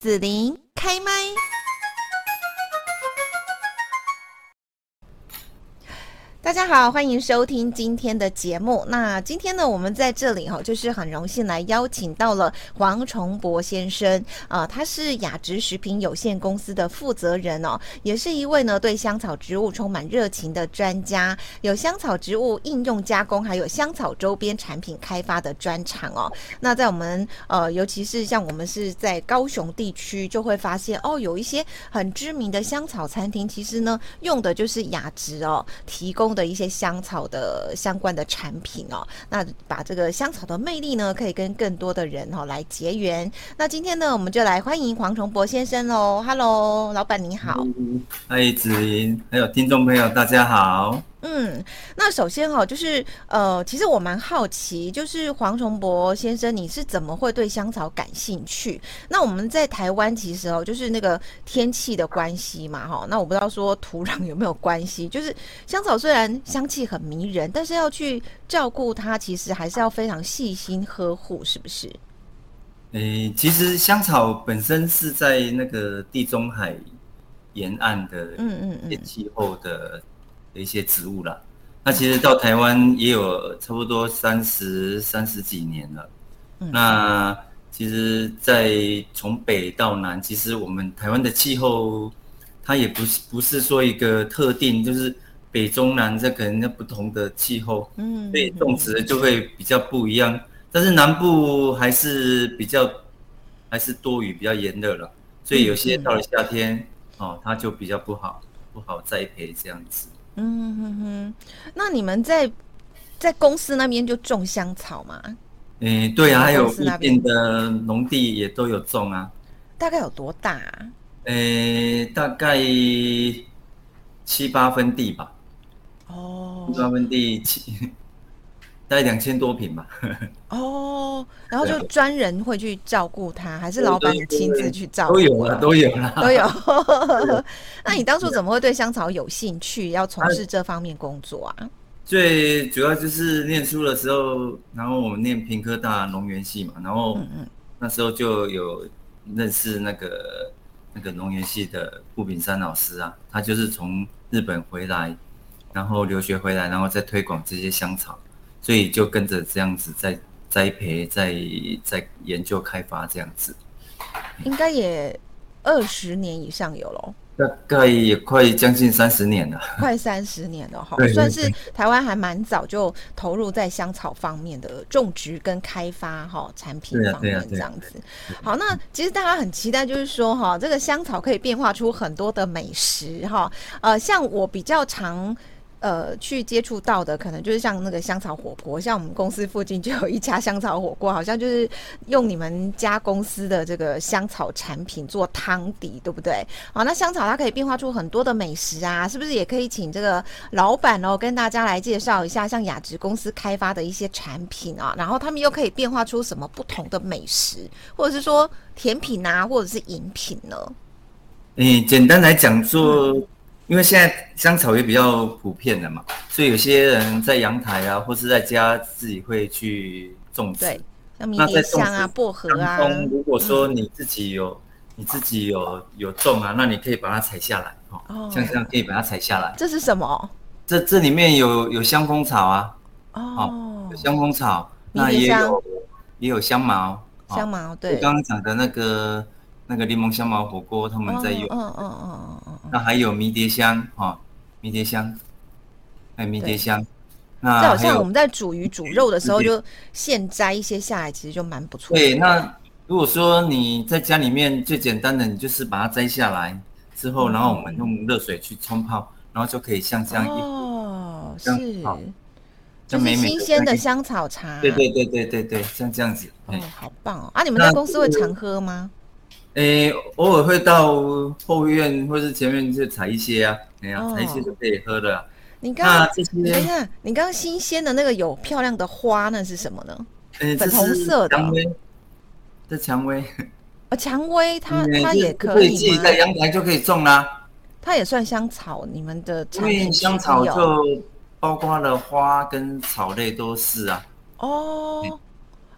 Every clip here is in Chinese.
子琳开麦。大家好，欢迎收听今天的节目。那今天呢，我们在这里就是很荣幸来邀请到了黄崇博先生他是雅植食品有限公司的负责人也是一位呢对香草植物充满热情的专家，有香草植物应用加工，还有香草周边产品开发的专长那在我们尤其是像我们是在高雄地区，就会发现有一些很知名的香草餐厅，其实呢用的就是雅植提供的一些香草的相关的产品那把这个香草的魅力呢，可以跟更多的人来结缘。那今天呢，我们就来欢迎黄崇博先生喽。Hello， 老板你好。 嗨，子琳，还有听众朋友，大家好。 那首先就是其实我蛮好奇，就是黄崇博先生你是怎么会对香草感兴趣？那我们在台湾其实就是那个天气的关系嘛那我不知道说土壤有没有关系，就是香草虽然香气很迷人，但是要去照顾它，其实还是要非常细心呵护，是不是？ 其实香草本身是在那个地中海沿岸的一些气候的一些植物啦。那其实到台湾也有差不多三十几年了。那其实在从北到南，其实我们台湾的气候它也不是说一个特定，就是北中南这可能不同的气候，所以种植就会比较不一样。但是南部还是多雨，比较炎热了，所以有些到了夏天它就比较不好栽培这样子。 那你们在公司那边就种香草吗？ 对啊，还有附近的农地也都有种啊。 大概有多大啊？ 大概7-8分地吧。7-8分地大概2000多坪吧。 然后就专人会去照顾它，还是老板你亲自去照顾？ 都有啦。 那你当初怎么会对香草有兴趣，要从事这方面工作啊？ 最主要就是念书的时候，然后我们念屏科大农园系嘛，然后那时候就有认识那个农园系的顾炳山老师啊，他就是从日本回来，然后留学回来，然后再推广这些香草，所以就跟着这样子在栽培、在研究开发这样子。 应该也20年以上有咯。 大概也快将近30年了， 快30年了对， 算是台湾还蛮早就投入在香草方面的种植跟开发产品方面这样子。好，那其实大家很期待，就是说这个香草可以变化出很多的美食像我比较常去接触到的，可能就是像那个香草火锅，像我们公司附近就有一家香草火锅，好像就是用你们家公司的这个香草产品做汤底，对不对？好，那香草它可以变化出很多的美食啊，是不是也可以请这个老板跟大家来介绍一下，像雅植公司开发的一些产品啊，然后他们又可以变化出什么不同的美食，或者是说甜品啊，或者是饮品呢？ 简单来讲说。因为现在香草也比较普遍了嘛，所以有些人在阳台啊，或是在家自己会去种植。 对，像迷迭香啊、薄荷啊。 如果说你自己有种啊，那你可以把它采下来像这样可以把它采下来。 这是什么？ 这里面有香蜂草啊，有香蜂草，那也有香茅。 香茅对。 我刚刚讲的那个柠檬香茅火锅，他们在用。那还有迷迭香迷迭香，还有迷迭香。 那好像我们在煮鱼煮肉的时候，就现摘一些下来，其实就蛮不错的。 对，那如果说你在家里面最简单的，你就是把它摘下来之后，然后我们用热水去冲泡，然后就可以像这样是，就是新鲜的香草茶。 对，像这样子。 好棒哦！你们在公司会常喝吗？ 偶尔会到后院或是前面去采一些啊，采一些就可以喝的。 你刚等一下，你刚刚新鲜的那个有漂亮的花，那是什么呢？粉红色的。 这蔷薇。 蔷薇它也可以吗？ 自己在阳台就可以种啦。 它也算香草，你们的产品因为香草就包括了花跟草类都是啊。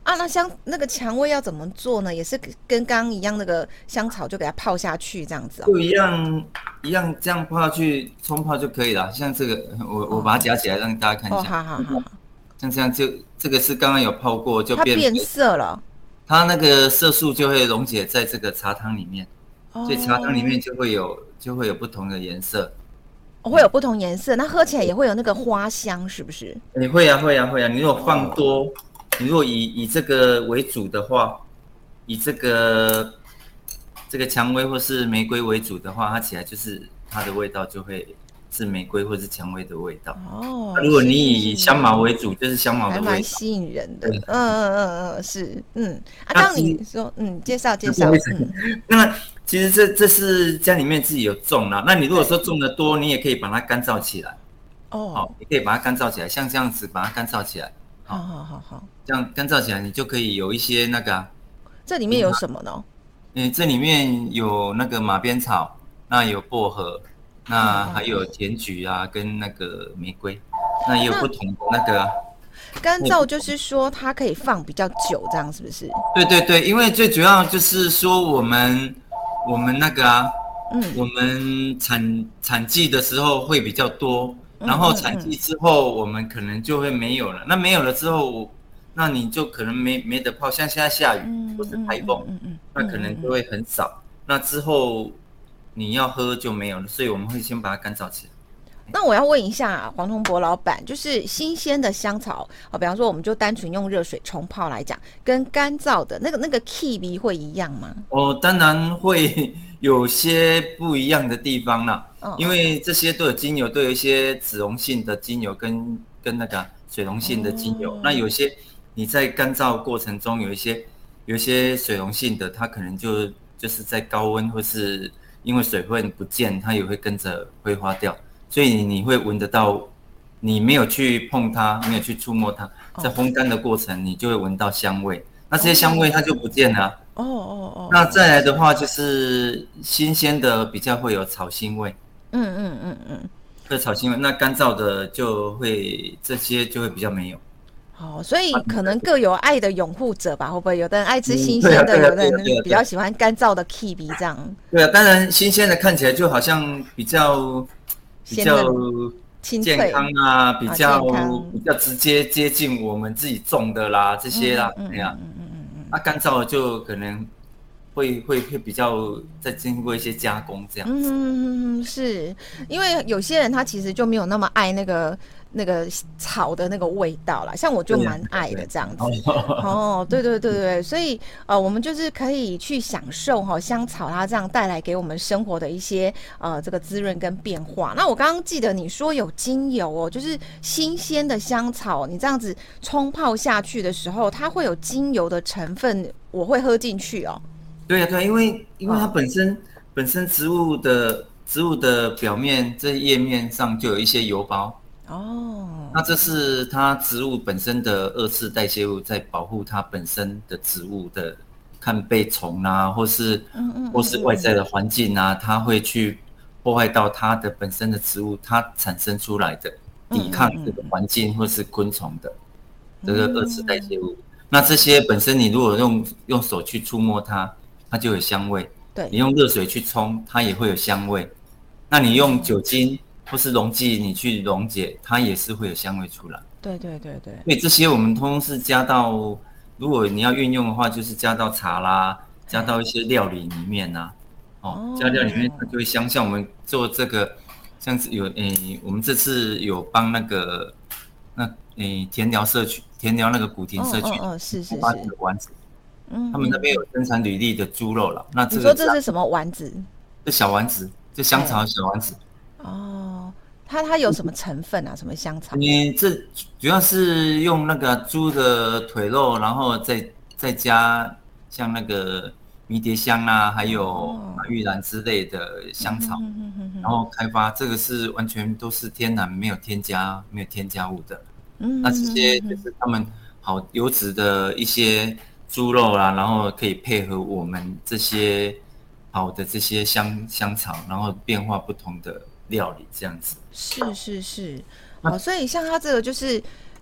啊，那个蔷薇要怎么做呢？也是跟刚刚一样，那个香草就给它泡下去这样子哦。 就一样这样泡下去冲泡就可以了。像这个，我把它夹起来让大家看一下。 好好好好。 像这样这个是刚刚有泡过，就它变色了。 它那个色素就会溶解在这个茶汤里面，所以茶汤里面就会有不同的颜色。 会有不同颜色，那喝起来也会有那个花香，是不是？ 会啊。你如果放多，你如果以这个为主的话，以这个蔷薇或是玫瑰为主的话，它起来就是它的味道就会是玫瑰或是蔷薇的味道。如果你以香茅为主，就是香茅的味道， 还蛮吸引人的。是。当你说介绍。 那其实这是家里面自己有种啦。那你如果说种的多，你也可以把它干燥起来。你可以把它干燥起来，像这样子把它干燥起来。 好。 这样干燥起来，你就可以有一些那个。 这里面有什么呢？ 这里面有那个马鞭草，那有薄荷，那还有甜菊啊，跟那个玫瑰，那也有不同的那个。 干燥就是说它可以放比较久，这样是不是？ 对，因为最主要就是说我们那个我们产季的时候会比较多，然后产季之后我们可能就会没有了。那没有了之后，那你就可能没得泡，像现在下雨或是台风，那可能就会很少。那之后你要喝就没有了，所以我们会先把它干燥起来。 那我要问一下黄崇博老板，就是新鲜的香草，比方说我们就单纯用热水冲泡来讲，跟干燥的那个 kiwi 会一样吗？ 当然会有些不一样的地方啦。因为这些都有精油，都有一些脂溶性的精油跟那个水溶性的精油。那有些你在干燥过程中有一些水溶性的，它可能就是在高温或是因为水分不见，它也会跟着挥发掉。所以你会闻得到，你没有去碰它，没有去触摸它，在烘干的过程，你就会闻到香味。那这些香味它就不见了。那再来的话，就是新鲜的比较会有草腥味。这草腥味，那干燥的这些就会比较没有。 所以可能各有爱的拥护者吧，会不会？有的人爱吃新鲜的，有的人比较喜欢干燥的 kiwi 这样。 对啊，当然新鲜的看起来就好像比较健康啊，比较直接接近我们自己种的啦，这些啦，干燥的就可能会比较再经过一些加工这样。 是因为有些人他其实就没有那么爱那个草的那个味道啦，像我就蛮爱的这样子。对，所以我们就是可以去享受香草它这样带来给我们生活的一些这个滋润跟变化。那我刚刚记得你说有精油就是新鲜的香草，你这样子冲泡下去的时候，它会有精油的成分，我会喝进去哦。 对，因为它本身植物的表面这叶面上就有一些油包。那这是它植物本身的二次代谢物，在保护它本身的植物的看被虫啊，或是外在的环境啊，它会去破坏到它的本身的植物，它产生出来的抵抗这个环境或是昆虫的这个二次代谢物。那这些本身你如果用手去触摸它，它就有香味。 对， 你用热水去冲，它也会有香味。那你用酒精或是溶剂你去溶解，它也是会有香味出来。 对。 所以这些我们通通是加到，如果你要运用的话，就是加到茶啦，加到一些料理里面啊。加料理里面它就会香。像我们做这个，像是我们这次有帮那个田寮社区，田寮那个古亭社区， 是发这个丸子。他们那边有生产履历的猪肉了。那你说这是什么丸子？ 这小丸子，这香草小丸子。 它有什么成分啊？什么香草？ 这主要是用那个猪的腿肉，然后再加像那个迷迭香啊，还有马玉兰之类的香草，然后开发。这个是完全都是天然，没有添加物的。那这些就是他们好优质的一些猪肉啦，然后可以配合我们这些好的这些香草，然后变化不同的料理这样子。 是，所以像它这个就是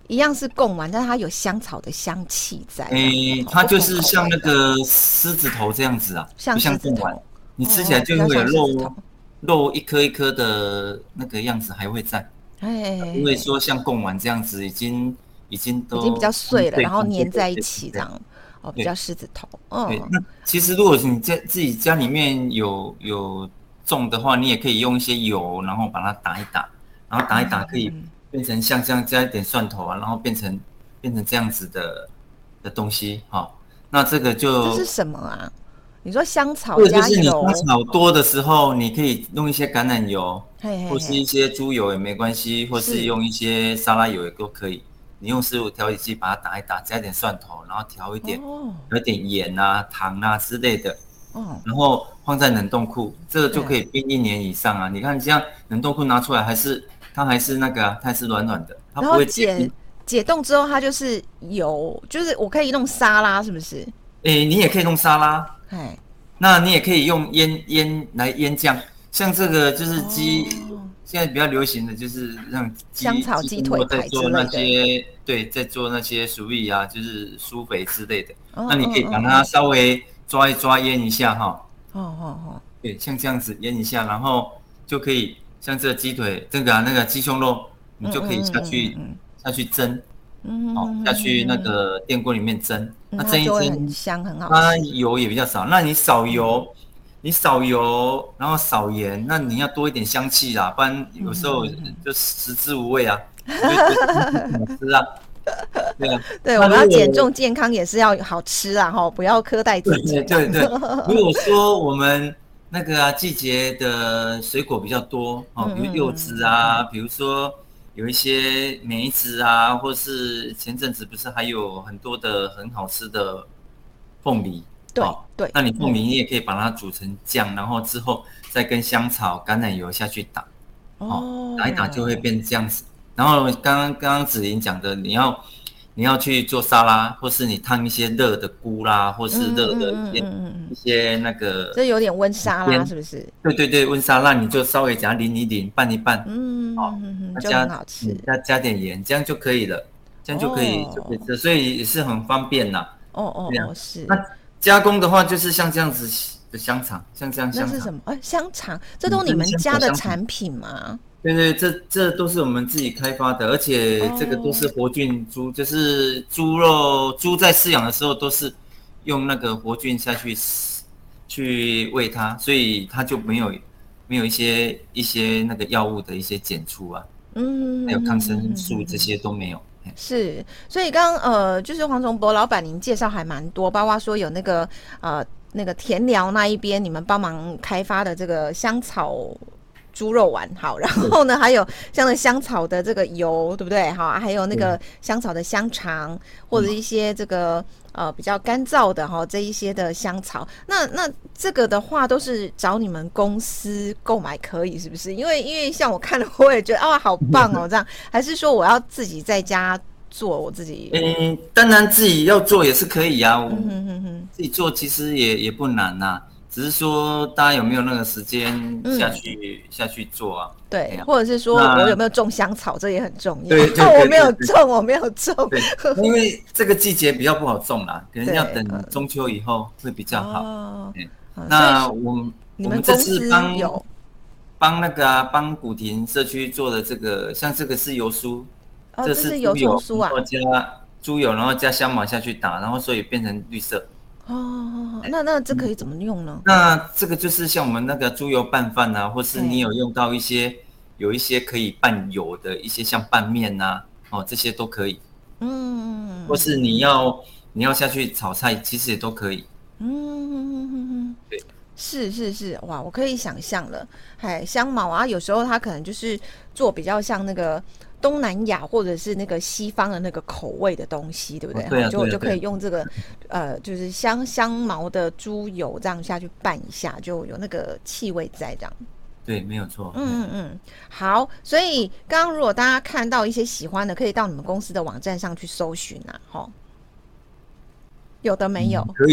一样是贡丸，但是它有香草的香气在。 它就是像那个狮子头这样子啊， 像不像贡丸，你吃起来就会有肉一颗一颗的那个样子还会在。不会说像贡丸这样子已经比较碎了，然后粘在一起这样。比较狮子头。 对，那其实如果你自己家里面有种的话，你也可以用一些油，然后把它打一打，然后打一打可以变成像这样加一点蒜头啊，然后变成这样子的东西哈。那这个这是什么啊？你说香草加油？ 就是你香草多的时候，你可以用一些橄榄油，或是一些猪油也没关系，或是用一些沙拉油也都可以。你用食物调理剂把它打一打，加一点蒜头，然后调一点盐啊、糖啊之类的，然后放在冷冻库，这个就可以冰1年以上啊。你看这样冷冻库拿出来它还是那个它还是软软的，它不会解冻之后它就是油，就是我可以弄沙拉，是不是？ 你也可以弄沙拉，那你也可以用腌来腌酱，像这个就是鸡。现在比较流行的就是让香草鸡腿排之类的， 对，在做那些薯粒啊，就是酥肥之类的。那你可以把它稍微抓一抓，腌一下哈。对，像这样子腌一下，然后就可以像这个鸡腿，那个鸡胸肉，你就可以下去蒸，下去那个电锅里面蒸，那蒸一蒸， 很香，很好吃。 它油也比较少，那你少油，然后少盐，那你要多一点香气啦，不然有时候就食之无味啊，就觉得怎么吃啊？对啊， 对，我们要减重健康也是要好吃啊，不要苛待自己。 对。如果说我们那个季节的水果比较多比如柚子啊，比如说有一些梅子啊，或是前阵子不是还有很多的很好吃的凤梨。 对， 那你凤梨你也可以把它煮成酱，然后之后再跟香草、橄榄油下去打，打一打就会变这样子。然后刚刚子琳讲的，你要去做沙拉，或是你烫一些热的菇啦，或是热的一些那个， 这有点温沙拉是不是？ 对，温沙拉你就稍微给它淋一淋，拌一拌， 就很好吃。 加点盐，这样就可以了，这样就可以吃，所以也是很方便啦。 是。 加工的话，就是像这样子的香肠，像这样香肠。 那是什么？香肠，这都你们家的产品吗？ 对，这都是我们自己开发的，而且这个都是活菌猪，就是猪在饲养的时候都是用那个活菌下去喂它，所以它就没有一些那个药物的一些检出啊，还有抗生素这些都没有。 是，所以刚就是黄崇博老板您介绍还蛮多，包括说有那个田寮那一边你们帮忙开发的这个香草猪肉丸，好，然后呢还有像那香草的这个油，对不对？好，还有那个香草的香肠，或者一些这个比较干燥的这一些的香草，那这个的话都是找你们公司购买可以是不是？因为像我看了我也觉得好棒这样，还是说我要自己在家做我自己？ 当然自己要做也是可以啊，自己做其实也不难呐。只是说大家有没有那个时间下去做啊？ 对，或者是说我有没有种香草，这也很重要。 对， 我没有种。 对，因为这个季节比较不好种啦，可能要等中秋以后会比较好。那我们这次帮那个帮古亭社区做的这个，像这个是油酥， 这是油葱酥啊， 然后加猪油，然后加香茅下去打，然后所以变成绿色。 那这可以怎么用呢？ 那这个就是像我们那个猪油拌饭啊，或是你有用到有一些可以拌油的一些像拌面啊，这些都可以。或是你要下去炒菜，其实也都可以。对， 是，哇，我可以想象了。香茅啊，有时候它可能就是做比较像那个东南亚或者是那个西方的那个口味的东西，对不对？ 对啊， 就可以用这个就是香茅的猪油这样下去拌一下，就有那个气味在这样。 对，没有错。 好，所以刚刚如果大家看到一些喜欢的，可以到你们公司的网站上去搜寻啊，有的没有？ 可以，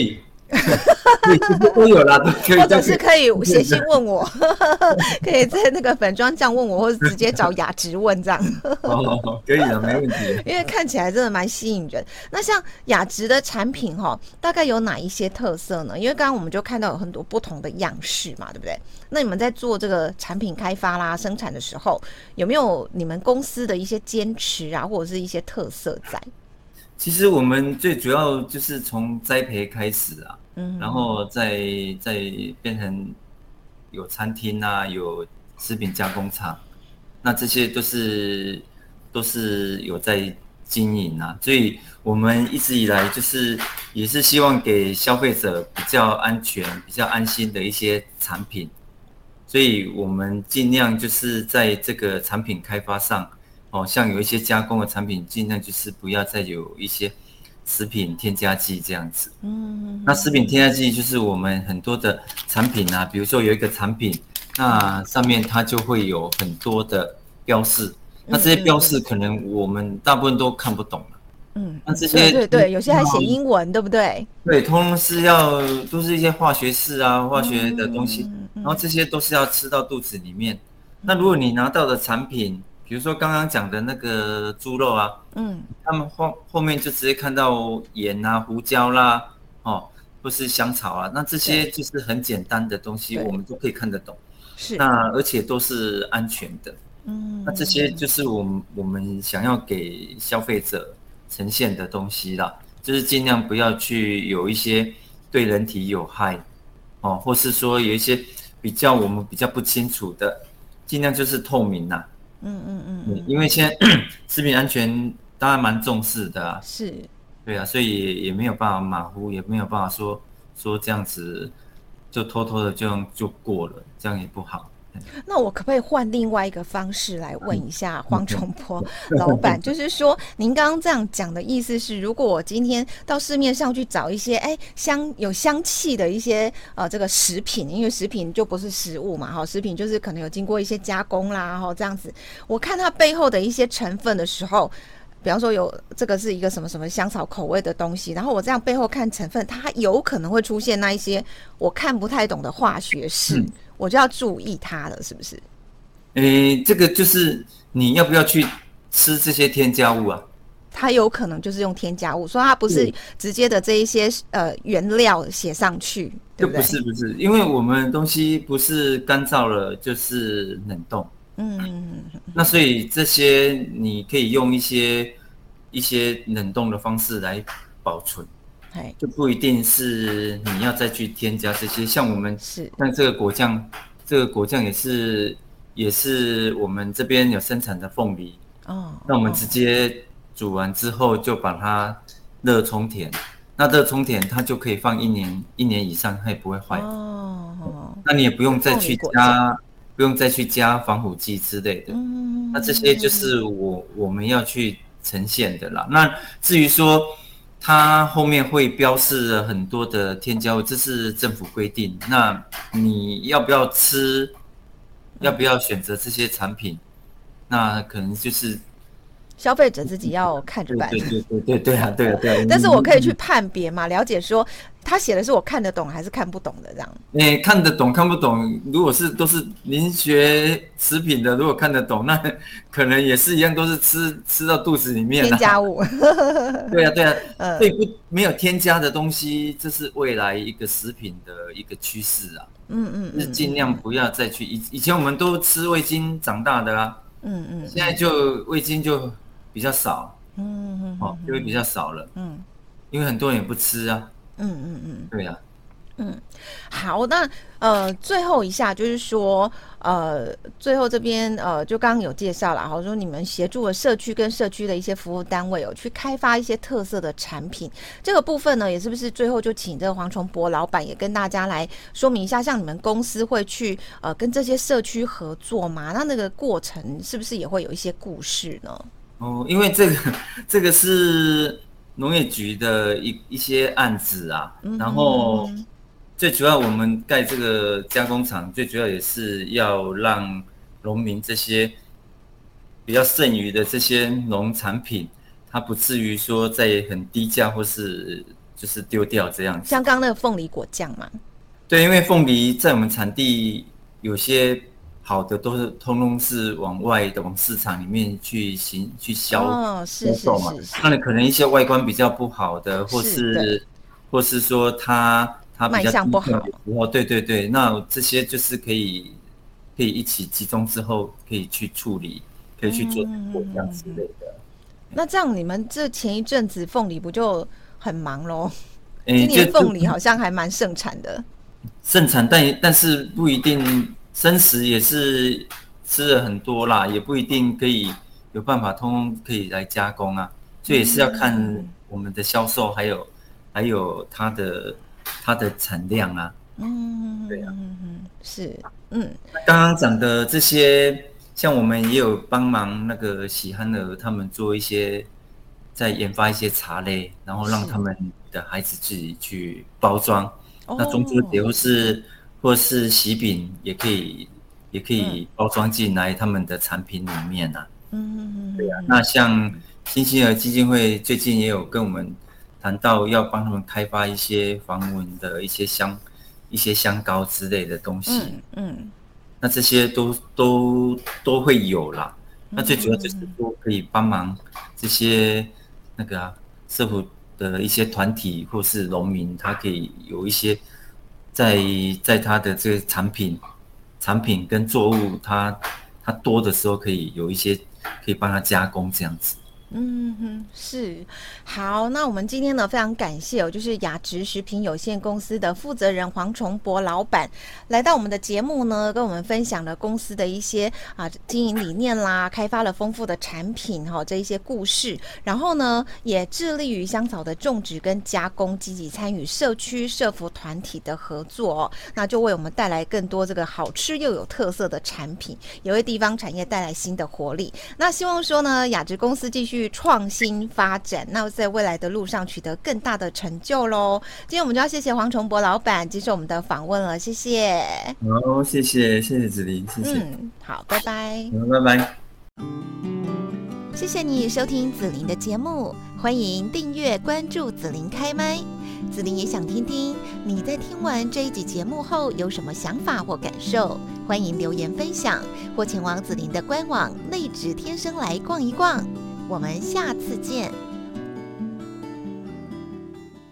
对，都有啦，都可以， 或者是可以写信问我，可以在那个粉专这样问我，或者直接找雅植问这样。 可以的，没问题。 因为看起来真的蛮吸引人。那像雅植的产品大概有哪一些特色呢？因为刚刚我们就看到有很多不同的样式嘛，对不对？那你们在做这个产品开发啦、生产的时候，有没有你们公司的一些坚持啊，或者是一些特色在？ 其实我们最主要就是从栽培开始啊，然后再变成有餐厅啊，有食品加工厂，那这些都是有在经营啊，所以我们一直以来就是也是希望给消费者比较安全、比较安心的一些产品，所以我们尽量就是在这个产品开发上。像有一些加工的产品，尽量就是不要再有一些食品添加剂这样子。那食品添加剂就是我们很多的产品啊，比如说有一个产品，那上面它就会有很多的标示，那这些标示可能我们大部分都看不懂了。那这些对，有些还写英文，对不对？ 对，通通是都是一些化学式啊，化学的东西，然后这些都是要吃到肚子里面。那如果你拿到的产品，比如说刚刚讲的那个猪肉啊，他们后面就直接看到盐啊、胡椒啦，或是香草啊，那这些就是很简单的东西，我们都可以看得懂。 是， 那而且都是安全的。那这些就是我们想要给消费者呈现的东西啦，就是尽量不要去有一些对人体有害，或是说有一些我们比较不清楚的，尽量就是透明啦。因为现在食品安全当然蛮重视的啊， 是， 对啊，所以也没有办法马虎，也没有办法说这样子就偷偷的就过了，这样也不好。 那我可不可以换另外一个方式来问一下黄崇波老板？就是说，您刚刚这样讲的意思是，如果我今天到市面上去找一些有香气的一些这个食品，因为食品就不是食物嘛，食品就是可能有经过一些加工啦，这样子，我看它背后的一些成分的时候。比方说有这个是一个什么什么香草口味的东西，然后我这样背后看成分，它有可能会出现那一些我看不太懂的化学式，我就要注意它了，是不是？ 这个就是你要不要去吃这些添加物啊？ 它有可能就是用添加物，所以它不是直接的这一些原料写上去，对不对？ 不是，因为我们东西不是干燥了就是冷冻。那所以这些你可以用一些冷冻的方式来保存，就不一定是你要再去添加这些。像我们像这个果酱，也是我们这边有生产的凤梨那我们直接煮完之后就把它热充填，那热充填它就可以放一年以上，它也不会坏。那你也不用再去加防腐剂之类的，那这些就是我们要去呈现的啦。那至于说它后面会标示了很多的添加物，这是政府规定。那你要不要吃？要不要选择这些产品？那可能就是消费者自己要看着办。 对啊。 但是我可以去判别嘛，了解说他写的是我看得懂还是看不懂的这样。 看得懂看不懂，如果都是您学食品的，如果看得懂，那可能也是一样，都是吃到肚子里面添加物。 对啊，所以没有添加的东西，这是未来一个食品的一个趋势啊。就是尽量不要再去以前我们都吃味精长大的啦。现在就味精就比较少，就会比较少了，因为很多人也不吃啊，对啊， 好，那最后一下就是说，最后这边就刚刚有介绍了，好说你们协助了社区跟社区的一些服务单位去开发一些特色的产品，这个部分呢，也是不是最后就请这个黄崇博老板也跟大家来说明一下，像你们公司会去跟这些社区合作吗？那个过程是不是也会有一些故事呢？ 因为这个是农业局的一些案子啊，然后最主要我们盖这个加工厂，最主要也是要让农民这些比较剩余的这些农产品，它不至于说在很低价或是就是丢掉这样子。 像刚刚那个凤梨果酱嘛。 对，因为凤梨在我们产地有些好的都是通通是往外的往市场里面去销售嘛，那可能一些外观比较不好的，或是说它比较卖相不好， 对对对，那这些就是可以一起集中之后可以去处理，可以去做这样之类的。 那这样你们这前一阵子凤梨不就很忙咯？今年凤梨好像还蛮盛产的。 盛产，但是不一定，生食也是吃了很多啦，也不一定可以有办法通通可以来加工啊，所以也是要看我们的销售，还有它的产量啊。对啊， 是， 刚刚讲的这些，像我们也有帮忙那个喜憨儿他们做一些，在研发一些茶类，然后让他们的孩子自己去包装。那中秋节或是喜饼也可以包装进来他们的产品里面啊。对啊。那像新兴儿基金会最近也有跟我们谈到要帮他们开发一些防蚊的一些香膏之类的东西。那这些都会有啦。那最主要就是说可以帮忙这些那个社福的一些团体或是农民，他可以有一些在他的这个产品跟作物，他多的时候可以有一些可以帮他加工这样子。 是。好，那我们今天呢非常感谢就是雅植食品有限公司的负责人黄崇博老板来到我们的节目呢，跟我们分享了公司的一些经营理念啦，开发了丰富的产品这一些故事，然后呢也致力于香草的种植跟加工，积极参与社区社福团体的合作那就为我们带来更多这个好吃又有特色的产品，也为地方产业带来新的活力。那希望说呢雅植公司继续创新发展，那在未来的路上取得更大的成就咯。今天我们就要谢谢黄崇博老板接受我们的访问了，谢谢。 好，谢谢子琳，谢谢。 好，拜拜。 拜拜。 谢谢你收听子琳的节目，欢迎订阅关注子琳开麦。子琳也想听听你在听完这一集节目后有什么想法或感受，欢迎留言分享，或前往子琳的官网内指天生来逛一逛。我们下次见。